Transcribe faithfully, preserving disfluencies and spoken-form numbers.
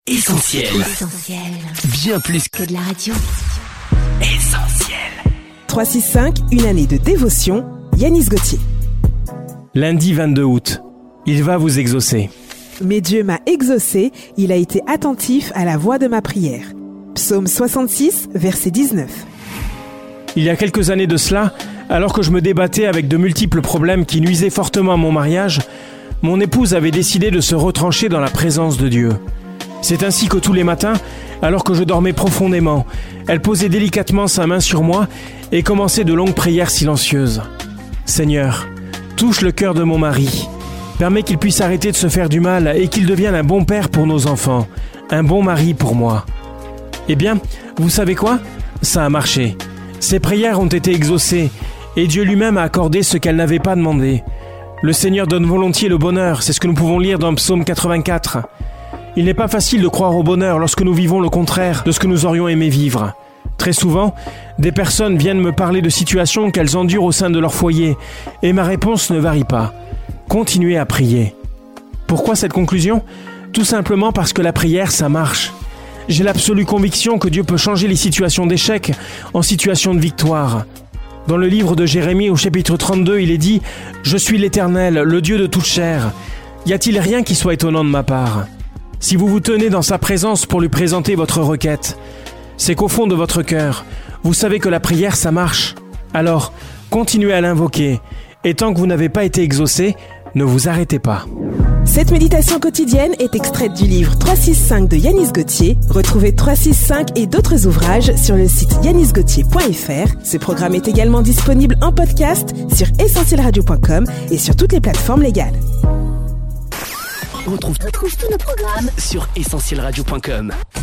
Essentiel. Essentiel. Bien plus que de la radio. Essentiel. trois six cinq, une année de dévotion. Yanis Gauthier. Lundi vingt-deux août. Il va vous exaucer. Mais Dieu m'a exaucé, il a été attentif à la voix de ma prière. Psaume soixante-six, verset dix-neuf. Il y a quelques années de cela, alors que je me débattais avec de multiples problèmes qui nuisaient fortement à mon mariage, mon épouse avait décidé de se retrancher dans la présence de Dieu. C'est ainsi que tous les matins, alors que je dormais profondément, elle posait délicatement sa main sur moi et commençait de longues prières silencieuses. Seigneur, touche le cœur de mon mari. Permets qu'il puisse arrêter de se faire du mal et qu'il devienne un bon père pour nos enfants, un bon mari pour moi. Eh bien, vous savez quoi ? Ça a marché. Ses prières ont été exaucées et Dieu lui-même a accordé ce qu'elle n'avait pas demandé. Le Seigneur donne volontiers le bonheur, c'est ce que nous pouvons lire dans Psaume quatre-vingt-quatre. Il n'est pas facile de croire au bonheur lorsque nous vivons le contraire de ce que nous aurions aimé vivre. Très souvent, des personnes viennent me parler de situations qu'elles endurent au sein de leur foyer et ma réponse ne varie pas. Continuez à prier. Pourquoi cette conclusion ? Tout simplement parce que la prière, ça marche. J'ai l'absolue conviction que Dieu peut changer les situations d'échec en situations de victoire. Dans le livre de Jérémie au chapitre trente-deux, il est dit « Je suis l'Éternel, le Dieu de toute chair. Y a-t-il rien qui soit étonnant de ma part ?» Si vous vous tenez dans sa présence pour lui présenter votre requête, c'est qu'au fond de votre cœur, vous savez que la prière, ça marche. Alors, continuez à l'invoquer. Et tant que vous n'avez pas été exaucé, ne vous arrêtez pas. Cette méditation quotidienne est extraite du livre trois six cinq de Yanis Gauthier. Retrouvez trois six cinq et d'autres ouvrages sur le site yanis gauthier point f r. Ce programme est également disponible en podcast sur essentiel radio point com et sur toutes les plateformes légales. On retrouve, retrouve tous nos programmes sur essentiel radio point com.